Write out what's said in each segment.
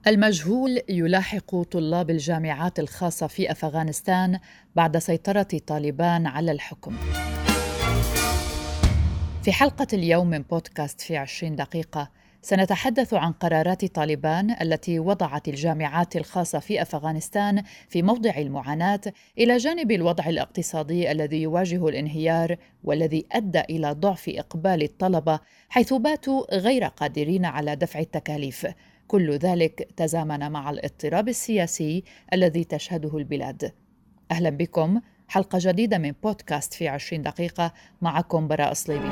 المجهول يلاحق طلاب الجامعات الخاصة في أفغانستان بعد سيطرة طالبان على الحكم. في حلقة اليوم من بودكاست في 20 دقيقة سنتحدث عن قرارات طالبان التي وضعت الجامعات الخاصة في أفغانستان في موضع المعاناة، إلى جانب الوضع الاقتصادي الذي يواجه الانهيار والذي أدى إلى ضعف إقبال الطلبة، حيث باتوا غير قادرين على دفع التكاليف. كل ذلك تزامن مع الاضطراب السياسي الذي تشهده البلاد. أهلا بكم، حلقة جديدة من بودكاست في 20 دقيقة، معكم براء صليبي.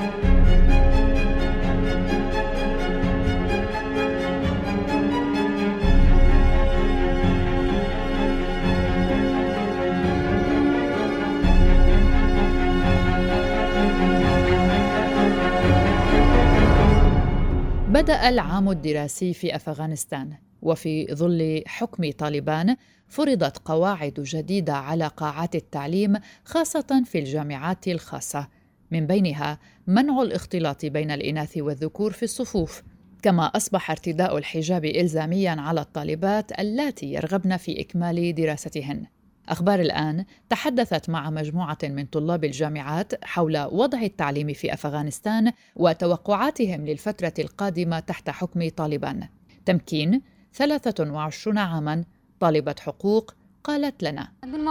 بدأ العام الدراسي في أفغانستان، وفي ظل حكم طالبان فرضت قواعد جديدة على قاعات التعليم خاصة في الجامعات الخاصة، من بينها منع الاختلاط بين الإناث والذكور في الصفوف، كما أصبح ارتداء الحجاب إلزامياً على الطالبات اللاتي يرغبن في إكمال دراستهن. أخبار الآن تحدثت مع مجموعة من طلاب الجامعات حول وضع التعليم في أفغانستان وتوقعاتهم للفترة القادمة تحت حكم طالبان. تمكين 23 عاماً، طالبة حقوق، قالت لنا: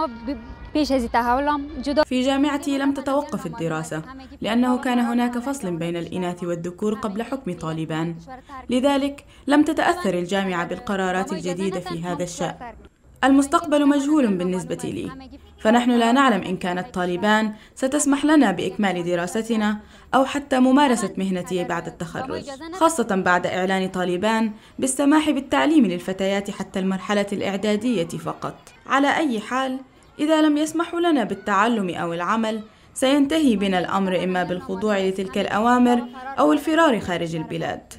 في جامعتي لم تتوقف الدراسة لأنه كان هناك فصل بين الإناث والذكور قبل حكم طالبان، لذلك لم تتأثر الجامعة بالقرارات الجديدة في هذا الشأن. المستقبل مجهول بالنسبة لي، فنحن لا نعلم إن كانت طالبان ستسمح لنا بإكمال دراستنا أو حتى ممارسة مهنتي بعد التخرج، خاصة بعد إعلان طالبان بالسماح بالتعليم للفتيات حتى المرحلة الإعدادية فقط. على أي حال، إذا لم يسمحوا لنا بالتعلم أو العمل، سينتهي بنا الأمر إما بالخضوع لتلك الأوامر أو الفرار خارج البلاد.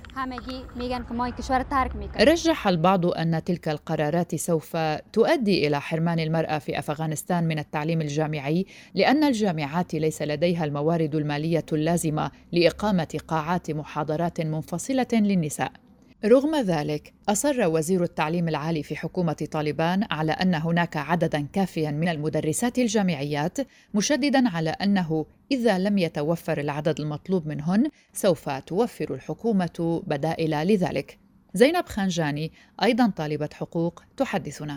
رجح البعض أن تلك القرارات سوف تؤدي إلى حرمان المرأة في أفغانستان من التعليم الجامعي، لأن الجامعات ليس لديها الموارد المالية اللازمة لإقامة قاعات محاضرات منفصلة للنساء. رغم ذلك، أصر وزير التعليم العالي في حكومة طالبان على أن هناك عدداً كافياً من المدرسات الجامعيات، مشدداً على أنه إذا لم يتوفر العدد المطلوب منهن سوف توفر الحكومة بدائل لذلك. زينب خانجاني، أيضاً طالبة حقوق، تحدثنا: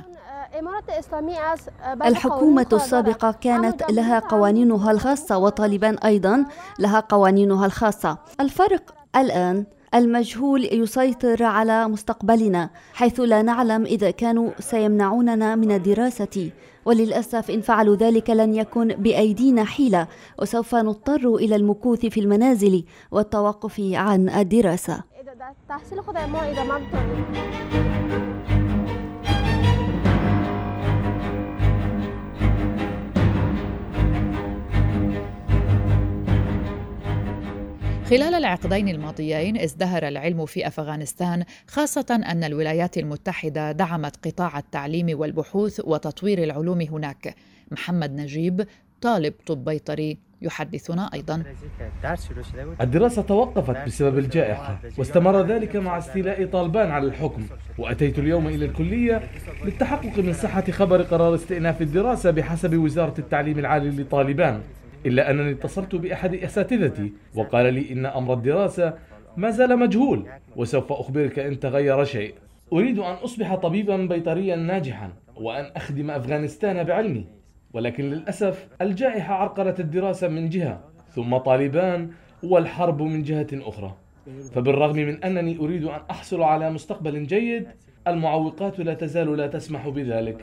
الحكومة السابقة كانت لها قوانينها الخاصة، وطالبان أيضاً لها قوانينها الخاصة. الفرق الآن المجهول يسيطر على مستقبلنا، حيث لا نعلم إذا كانوا سيمنعوننا من الدراسة، وللأسف إن فعلوا ذلك لن يكن بأيدينا حيلة، وسوف نضطر إلى المكوث في المنازل والتوقف عن الدراسة. خلال العقدين الماضيين ازدهر العلم في أفغانستان، خاصة أن الولايات المتحدة دعمت قطاع التعليم والبحوث وتطوير العلوم هناك. محمد نجيب، طالب طب بيطري، يحدثنا أيضاً: الدراسة توقفت بسبب الجائحة، واستمر ذلك مع استيلاء طالبان على الحكم، وأتيت اليوم إلى الكلية للتحقق من صحة خبر قرار استئناف الدراسة بحسب وزارة التعليم العالي لطالبان، إلا أنني اتصلت بأحد أساتذتي وقال لي إن أمر الدراسة ما زال مجهول، وسوف أخبرك إن تغير شيء. أريد أن أصبح طبيبا بيطريا ناجحا وأن أخدم أفغانستان بعلمي، ولكن للأسف الجائحة عرقلت الدراسة من جهة، ثم طالبان والحرب من جهة أخرى. فبالرغم من أنني أريد أن أحصل على مستقبل جيد، المعوقات لا تزال لا تسمح بذلك.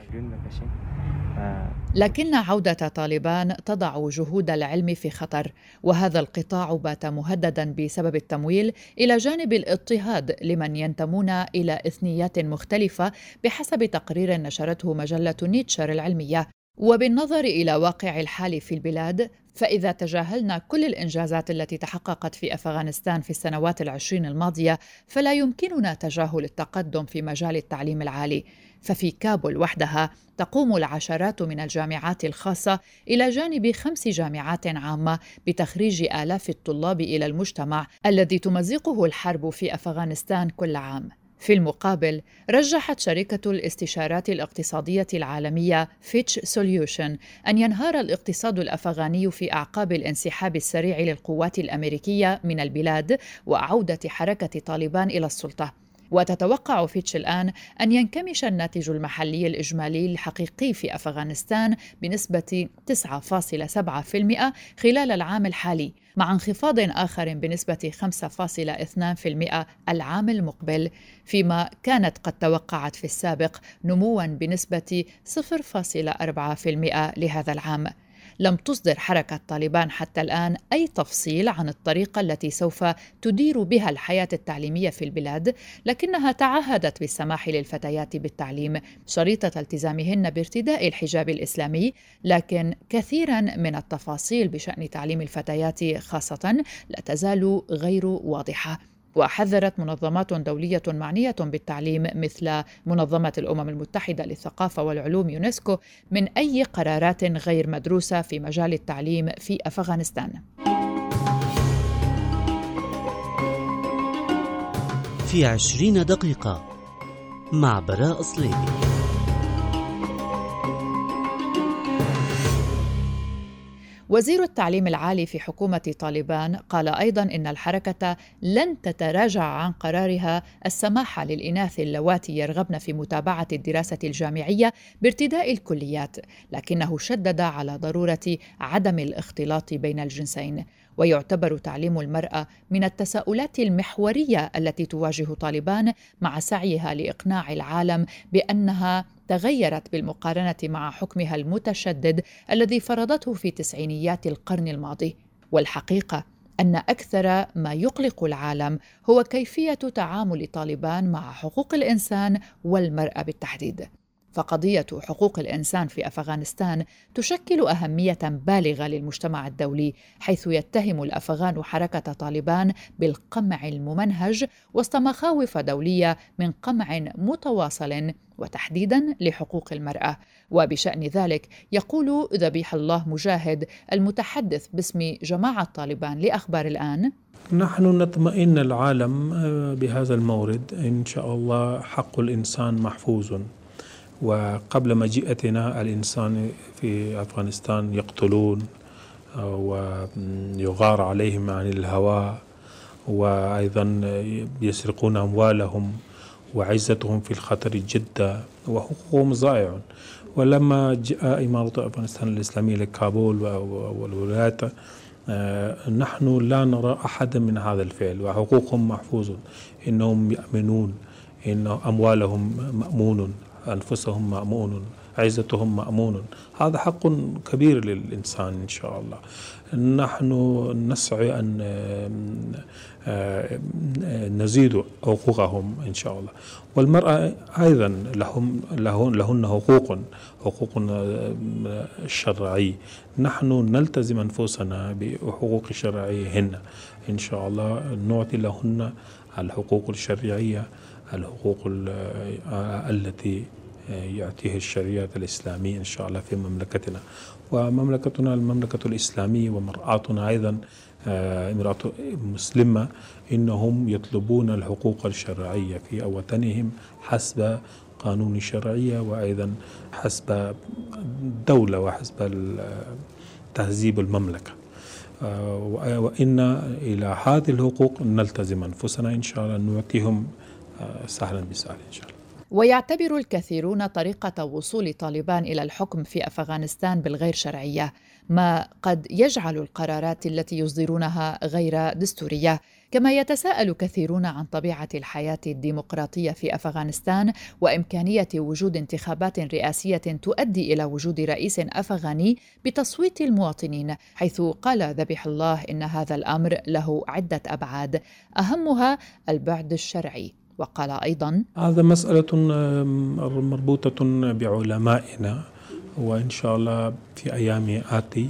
لكن عودة طالبان تضع جهود العلم في خطر، وهذا القطاع بات مهدداً بسبب التمويل إلى جانب الاضطهاد لمن ينتمون إلى إثنيات مختلفة، بحسب تقرير نشرته مجلة نيتشر العلمية. وبالنظر إلى واقع الحال في البلاد، فإذا تجاهلنا كل الإنجازات التي تحققت في أفغانستان في السنوات 20 الماضية، فلا يمكننا تجاهل التقدم في مجال التعليم العالي. ففي كابول وحدها تقوم العشرات من الجامعات الخاصة إلى جانب 5 جامعات عامة بتخريج آلاف الطلاب إلى المجتمع الذي تمزقه الحرب في أفغانستان كل عام. في المقابل، رجحت شركة الاستشارات الاقتصادية العالمية فيتش سوليوشن أن ينهار الاقتصاد الأفغاني في أعقاب الانسحاب السريع للقوات الأمريكية من البلاد وعودة حركة طالبان إلى السلطة. وتتوقع فيتش الآن أن ينكمش الناتج المحلي الإجمالي الحقيقي في أفغانستان بنسبة 9.7% خلال العام الحالي، مع انخفاض آخر بنسبة 5.2% العام المقبل، فيما كانت قد توقعت في السابق نمواً بنسبة 0.4% لهذا العام. لم تصدر حركة طالبان حتى الآن أي تفصيل عن الطريقة التي سوف تدير بها الحياة التعليمية في البلاد، لكنها تعهدت بالسماح للفتيات بالتعليم شريطة التزامهن بارتداء الحجاب الإسلامي، لكن كثيراً من التفاصيل بشأن تعليم الفتيات خاصة لا تزال غير واضحة. وحذرت منظمات دولية معنية بالتعليم مثل منظمة الأمم المتحدة للثقافة والعلوم يونسكو من أي قرارات غير مدروسة في مجال التعليم في أفغانستان. في 20 دقيقة مع براء صليبي. وزير التعليم العالي في حكومة طالبان قال أيضاً إن الحركة لن تتراجع عن قرارها السماح للإناث اللواتي يرغبن في متابعة الدراسة الجامعية بارتداء الكليات، لكنه شدد على ضرورة عدم الاختلاط بين الجنسين. ويعتبر تعليم المرأة من التساؤلات المحورية التي تواجه طالبان مع سعيها لإقناع العالم بأنها تغيرت بالمقارنة مع حكمها المتشدد الذي فرضته في تسعينيات القرن الماضي. والحقيقة أن أكثر ما يقلق العالم هو كيفية تعامل طالبان مع حقوق الإنسان والمرأة بالتحديد. فقضية حقوق الإنسان في أفغانستان تشكل أهمية بالغة للمجتمع الدولي، حيث يتهم الأفغان حركة طالبان بالقمع الممنهج وسط مخاوف دولية من قمع متواصل وتحديداً لحقوق المرأة. وبشأن ذلك يقول ذبيح الله مجاهد المتحدث باسم جماعة طالبان لأخبار الآن: نحن نطمئن العالم بهذا المورد، إن شاء الله حق الإنسان محفوظ، وقبل مجيئتنا الإنسان في أفغانستان يقتلون ويغار عليهم عن الهواء، وأيضا يسرقون أموالهم وعزتهم في الخطر جدا وحقوقهم ضائع. ولما جاء إمارة أفغانستان الإسلامية لكابول والولايات نحن لا نرى أحدا من هذا الفعل، وحقوقهم محفوظة، إنهم يأمنون، إن أموالهم مأمون، أنفسهم مأمون، عزتهم مأمون. هذا حق كبير للإنسان إن شاء الله. نحن نسعى أن نزيد حقوقهم إن شاء الله. والمرأة أيضا لهن حقوق شرعية، نحن نلتزم أنفسنا بحقوق شرعيهن إن شاء الله، نعطي لهن الحقوق الشرعية، الحقوق التي يعطيها الشريعة الإسلامية إن شاء الله في مملكتنا. ومملكتنا المملكة الإسلامية ومرأتنا أيضا امرأة مسلمة، إنهم يطلبون الحقوق الشرعية في وطنهم حسب قانون الشرعية، وأيضا حسب الدولة وحسب تهذيب المملكة. وإن إلى هذه الحقوق نلتزم أنفسنا إن شاء الله، نعطيهم سهلا بسهل إن شاء الله. ويعتبر الكثيرون طريقة وصول طالبان إلى الحكم في أفغانستان بالغير شرعية، ما قد يجعل القرارات التي يصدرونها غير دستورية. كما يتساءل كثيرون عن طبيعة الحياة الديمقراطية في أفغانستان وإمكانية وجود انتخابات رئاسية تؤدي إلى وجود رئيس أفغاني بتصويت المواطنين، حيث قال ذبيح الله إن هذا الأمر له عدة أبعاد أهمها البعد الشرعي. وقال أيضا: هذا مسألة مربوطة بعلمائنا، وإن شاء الله في أيام آتي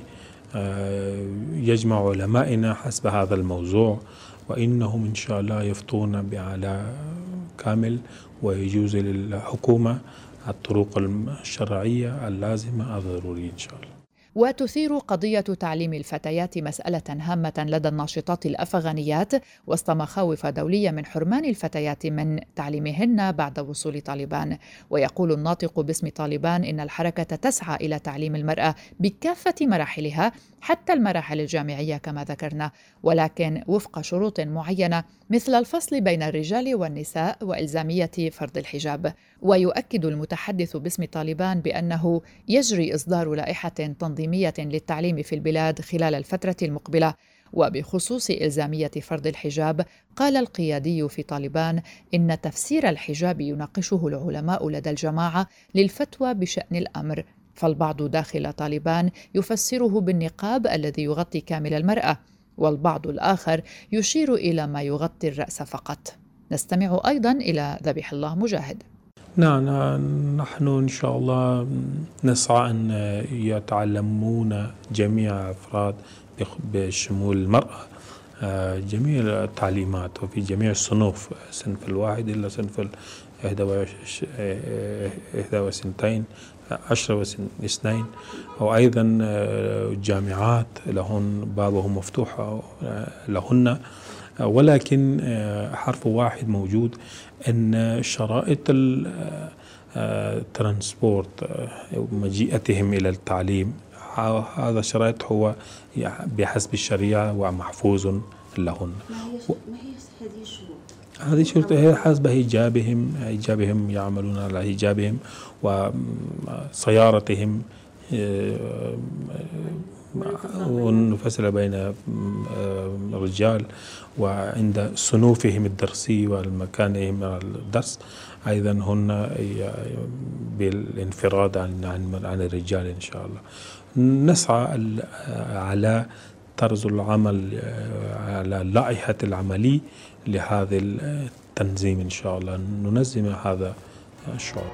يجمع علمائنا حسب هذا الموضوع، وإنهم إن شاء الله يفتون على كامل، ويجوز للحكومة الطرق الشرعية اللازمة الضرورية إن شاء الله. وتثير قضية تعليم الفتيات مسألة هامة لدى الناشطات الأفغانيات وسط مخاوف دولية من حرمان الفتيات من تعليمهن بعد وصول طالبان. ويقول الناطق باسم طالبان إن الحركة تسعى إلى تعليم المرأة بكافة مراحلها حتى المراحل الجامعية كما ذكرنا، ولكن وفق شروط معينة مثل الفصل بين الرجال والنساء وإلزامية فرض الحجاب. ويؤكد المتحدث باسم طالبان بأنه يجري إصدار لائحة تنظيمية للتعليم في البلاد خلال الفترة المقبلة. وبخصوص إلزامية فرض الحجاب، قال القيادي في طالبان إن تفسير الحجاب يناقشه العلماء لدى الجماعة للفتوى بشأن الأمر، فالبعض داخل طالبان يفسره بالنقاب الذي يغطي كامل المرأة، والبعض الآخر يشير إلى ما يغطي الرأس فقط. نستمع أيضا إلى ذبيح الله مجاهد. نعم، نحن إن شاء الله نسعى أن يتعلمون جميع أفراد بشمول المرأة جميع التعليمات وفي جميع الصنوف، صنف الواحد إلا صنف 21 10 واثنين، وأيضا الجامعات لهن بابهم مفتوح لهن، ولكن حرف واحد موجود أن شرائط الترانسبورت مجيئتهم إلى التعليم هذا شرائط هو بحسب الشريعة ومحفوظ لهن. ما هي هذه الشروط؟ هذه الشروط هي حسب حجابهم يعملون على حجابهم وسيارتهم ونفصل بين الرجال، وعند صنوفهم الدرسي والمكانهم الدرس أيضا هن بالانفراد عن الرجال إن شاء الله. نسعى على طرز العمل على لائحة العملي لهذا التنظيم إن شاء الله، ننظم هذا الشعور.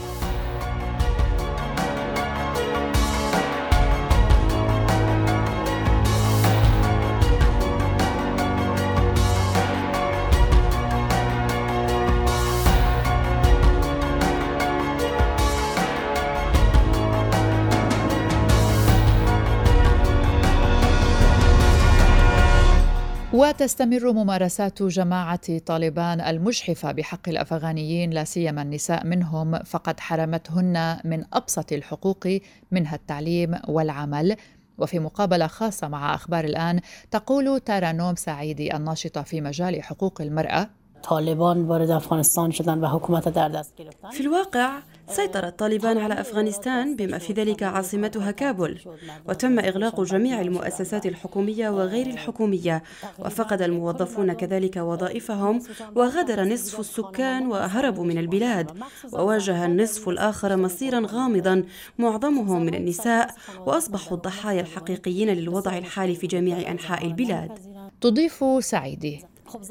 وتستمر ممارسات جماعة طالبان المجحفة بحق الأفغانيين لا سيما النساء منهم، فقد حرمتهن من أبسط الحقوق منها التعليم والعمل. وفي مقابلة خاصة مع أخبار الآن تقول تارانوم سعيدي الناشطة في مجال حقوق المرأة: طالبان وارد افغانستان شدن و حکومت در دست گرفتن. في الواقع سيطرت طالبان على أفغانستان بما في ذلك عاصمتها كابول، وتم إغلاق جميع المؤسسات الحكومية وغير الحكومية، وفقد الموظفون كذلك وظائفهم، وغادر نصف السكان وهربوا من البلاد، وواجه النصف الآخر مصيرا غامضا معظمهم من النساء، وأصبحوا الضحايا الحقيقيين للوضع الحالي في جميع أنحاء البلاد. تضيف سعيدي: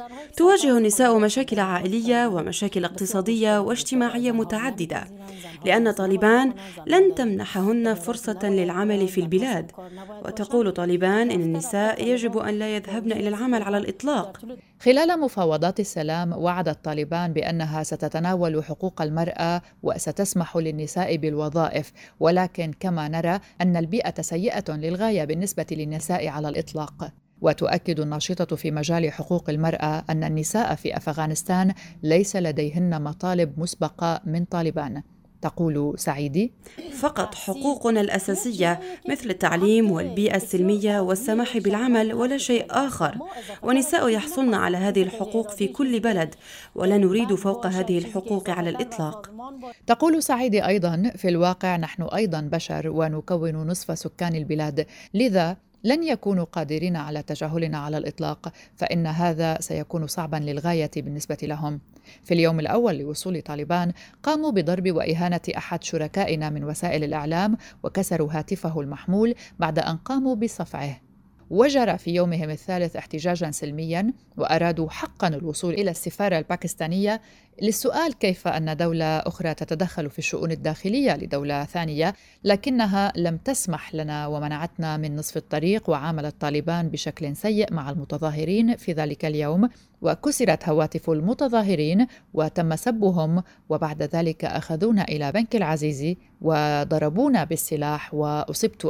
تواجه النساء مشاكل عائلية ومشاكل اقتصادية واجتماعية متعددة، لأن طالبان لن تمنحهن فرصة للعمل في البلاد. وتقول طالبان إن النساء يجب أن لا يذهبن إلى العمل على الإطلاق. خلال مفاوضات السلام وعدت طالبان بأنها ستتناول حقوق المرأة وستسمح للنساء بالوظائف، ولكن كما نرى أن البيئة سيئة للغاية بالنسبة للنساء على الإطلاق. وتؤكد الناشطة في مجال حقوق المرأة أن النساء في أفغانستان ليس لديهن مطالب مسبقة من طالبان. تقول سعيدي: فقط حقوقنا الأساسية مثل التعليم والبيئة السلمية والسماح بالعمل ولا شيء آخر، ونساء يحصلن على هذه الحقوق في كل بلد، ولا نريد فوق هذه الحقوق على الإطلاق. تقول سعيدي أيضا: في الواقع نحن أيضا بشر ونكون نصف سكان البلاد، لذا لن يكونوا قادرين على تجاهلنا على الإطلاق، فإن هذا سيكون صعبا للغاية بالنسبة لهم. في اليوم الأول لوصول طالبان قاموا بضرب وإهانة أحد شركائنا من وسائل الإعلام وكسروا هاتفه المحمول بعد أن قاموا بصفعه. وجرى في يومهم الثالث احتجاجا سلميا، وأرادوا حقا الوصول إلى السفارة الباكستانية للسؤال كيف أن دولة أخرى تتدخل في الشؤون الداخلية لدولة ثانية، لكنها لم تسمح لنا ومنعتنا من نصف الطريق. وعاملت طالبان بشكل سيء مع المتظاهرين في ذلك اليوم، وكسرت هواتف المتظاهرين وتم سبهم، وبعد ذلك أخذونا إلى بنك العزيزي وضربونا بالسلاح، وأصبت أنا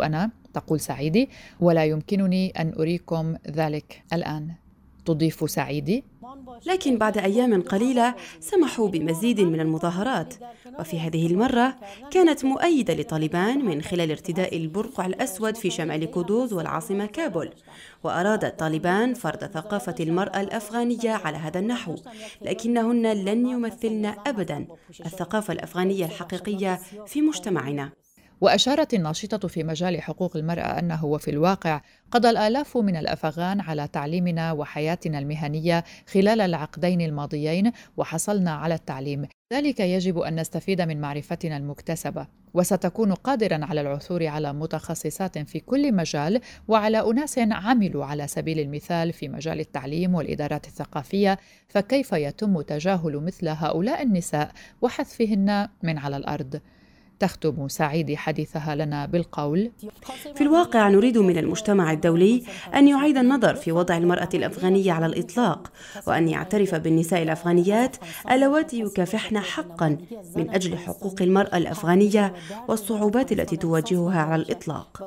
تقول سعيدي: ولا يمكنني أن أريكم ذلك الآن. تضيف سعيدي: لكن بعد أيام قليلة سمحوا بمزيد من المظاهرات، وفي هذه المرة كانت مؤيدة لطالبان من خلال ارتداء البرقع الأسود في شمال قندوز والعاصمة كابول. وأراد طالبان فرض ثقافة المرأة الأفغانية على هذا النحو، لكنهن لن يمثلن أبداً الثقافة الأفغانية الحقيقية في مجتمعنا. وأشارت الناشطة في مجال حقوق المرأة أنه وفي الواقع قضى الآلاف من الأفغان على تعليمنا وحياتنا المهنية خلال العقدين الماضيين وحصلنا على التعليم، ذلك يجب أن نستفيد من معرفتنا المكتسبة، وستكون قادراً على العثور على متخصصات في كل مجال وعلى أناس عملوا على سبيل المثال في مجال التعليم والإدارات الثقافية، فكيف يتم تجاهل مثل هؤلاء النساء وحذفهن من على الأرض؟ تختم سعيدي حديثها لنا بالقول: في الواقع نريد من المجتمع الدولي أن يعيد النظر في وضع المرأة الأفغانية على الإطلاق، وأن يعترف بالنساء الأفغانيات اللواتي يكافحن حقا من أجل حقوق المرأة الأفغانية والصعوبات التي تواجهها على الإطلاق.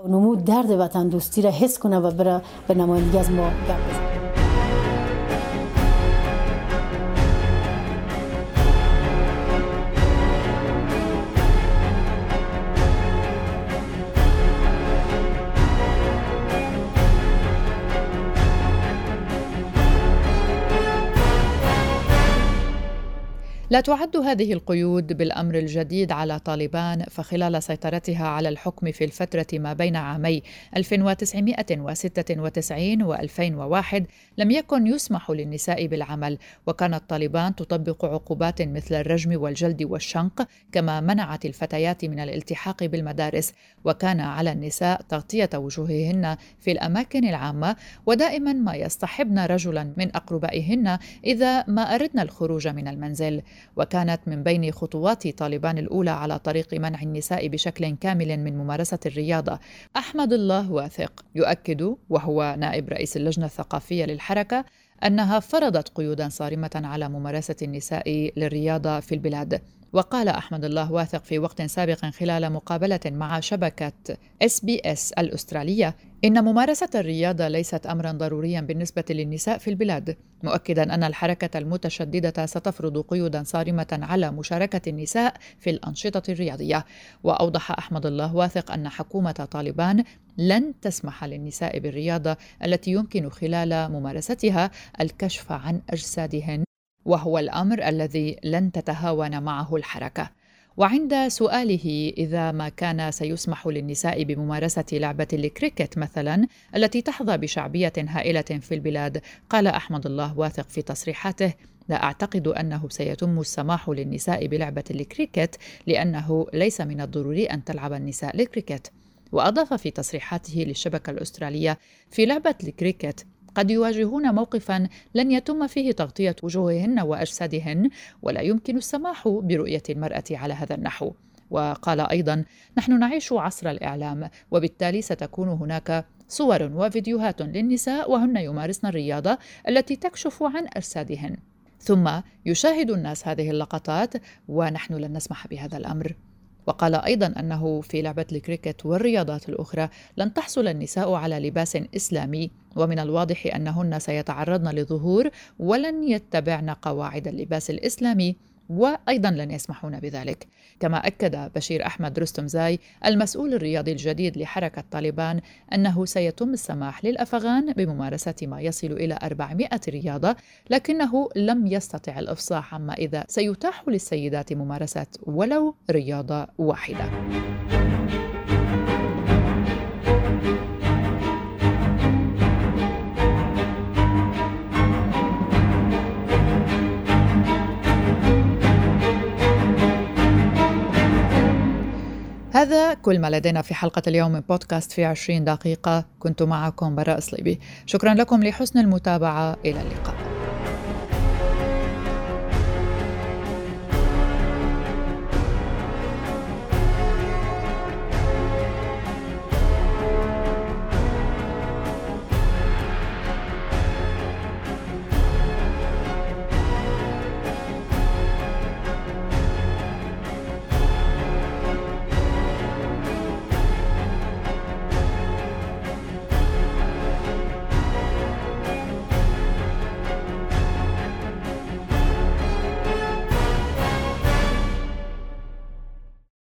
لا تعد هذه القيود بالأمر الجديد على طالبان، فخلال سيطرتها على الحكم في الفترة ما بين عامي 1996 و2001 لم يكن يسمح للنساء بالعمل، وكانت طالبان تطبق عقوبات مثل الرجم والجلد والشنق، كما منعت الفتيات من الالتحاق بالمدارس، وكان على النساء تغطية وجوههن في الأماكن العامة، ودائما ما يصطحبن رجلا من أقربائهن إذا ما أردن الخروج من المنزل. وكانت من بين خطوات طالبان الأولى على طريق منع النساء بشكل كامل من ممارسة الرياضة. أحمد الله واثق يؤكد، وهو نائب رئيس اللجنة الثقافية للحركة، أنها فرضت قيودا صارمة على ممارسة النساء للرياضة في البلاد. وقال أحمد الله واثق في وقت سابق خلال مقابلة مع شبكة SBS الأسترالية إن ممارسة الرياضة ليست أمرا ضروريا بالنسبة للنساء في البلاد، مؤكدا أن الحركة المتشددة ستفرض قيودا صارمة على مشاركة النساء في الأنشطة الرياضية. وأوضح أحمد الله واثق أن حكومة طالبان لن تسمح للنساء بالرياضة التي يمكن خلال ممارستها الكشف عن أجسادهن، وهو الأمر الذي لن تتهاون معه الحركة. وعند سؤاله إذا ما كان سيسمح للنساء بممارسة لعبة الكريكت مثلا التي تحظى بشعبية هائلة في البلاد، قال أحمد الله واثق في تصريحاته: لا أعتقد أنه سيتم السماح للنساء بلعبة الكريكت لأنه ليس من الضروري أن تلعب النساء الكريكت. وأضاف في تصريحاته للشبكة الأسترالية: في لعبة الكريكت قد يواجهون موقفاً لن يتم فيه تغطية وجوههن وأجسادهن، ولا يمكن السماح برؤية المرأة على هذا النحو. وقال أيضاً: نحن نعيش عصر الإعلام، وبالتالي ستكون هناك صور وفيديوهات للنساء وهن يمارسن الرياضة التي تكشف عن أجسادهن، ثم يشاهد الناس هذه اللقطات، ونحن لن نسمح بهذا الأمر. وقال أيضاً أنه في لعبة الكريكت والرياضات الأخرى لن تحصل النساء على لباس إسلامي، ومن الواضح أنهن سيتعرضن لظهور ولن يتبعن قواعد اللباس الإسلامي، وأيضاً لن يسمحون بذلك. كما أكد بشير أحمد رستمزاي المسؤول الرياضي الجديد لحركة طالبان أنه سيتم السماح للأفغان بممارسة ما يصل إلى 400 رياضة، لكنه لم يستطع الإفصاح عما إذا سيتاح للسيدات ممارسة ولو رياضة واحدة. هذا كل ما لدينا في حلقة اليوم من بودكاست في 20 دقيقة. كنت معكم براء صليبي. شكرا لكم لحسن المتابعة. إلى اللقاء.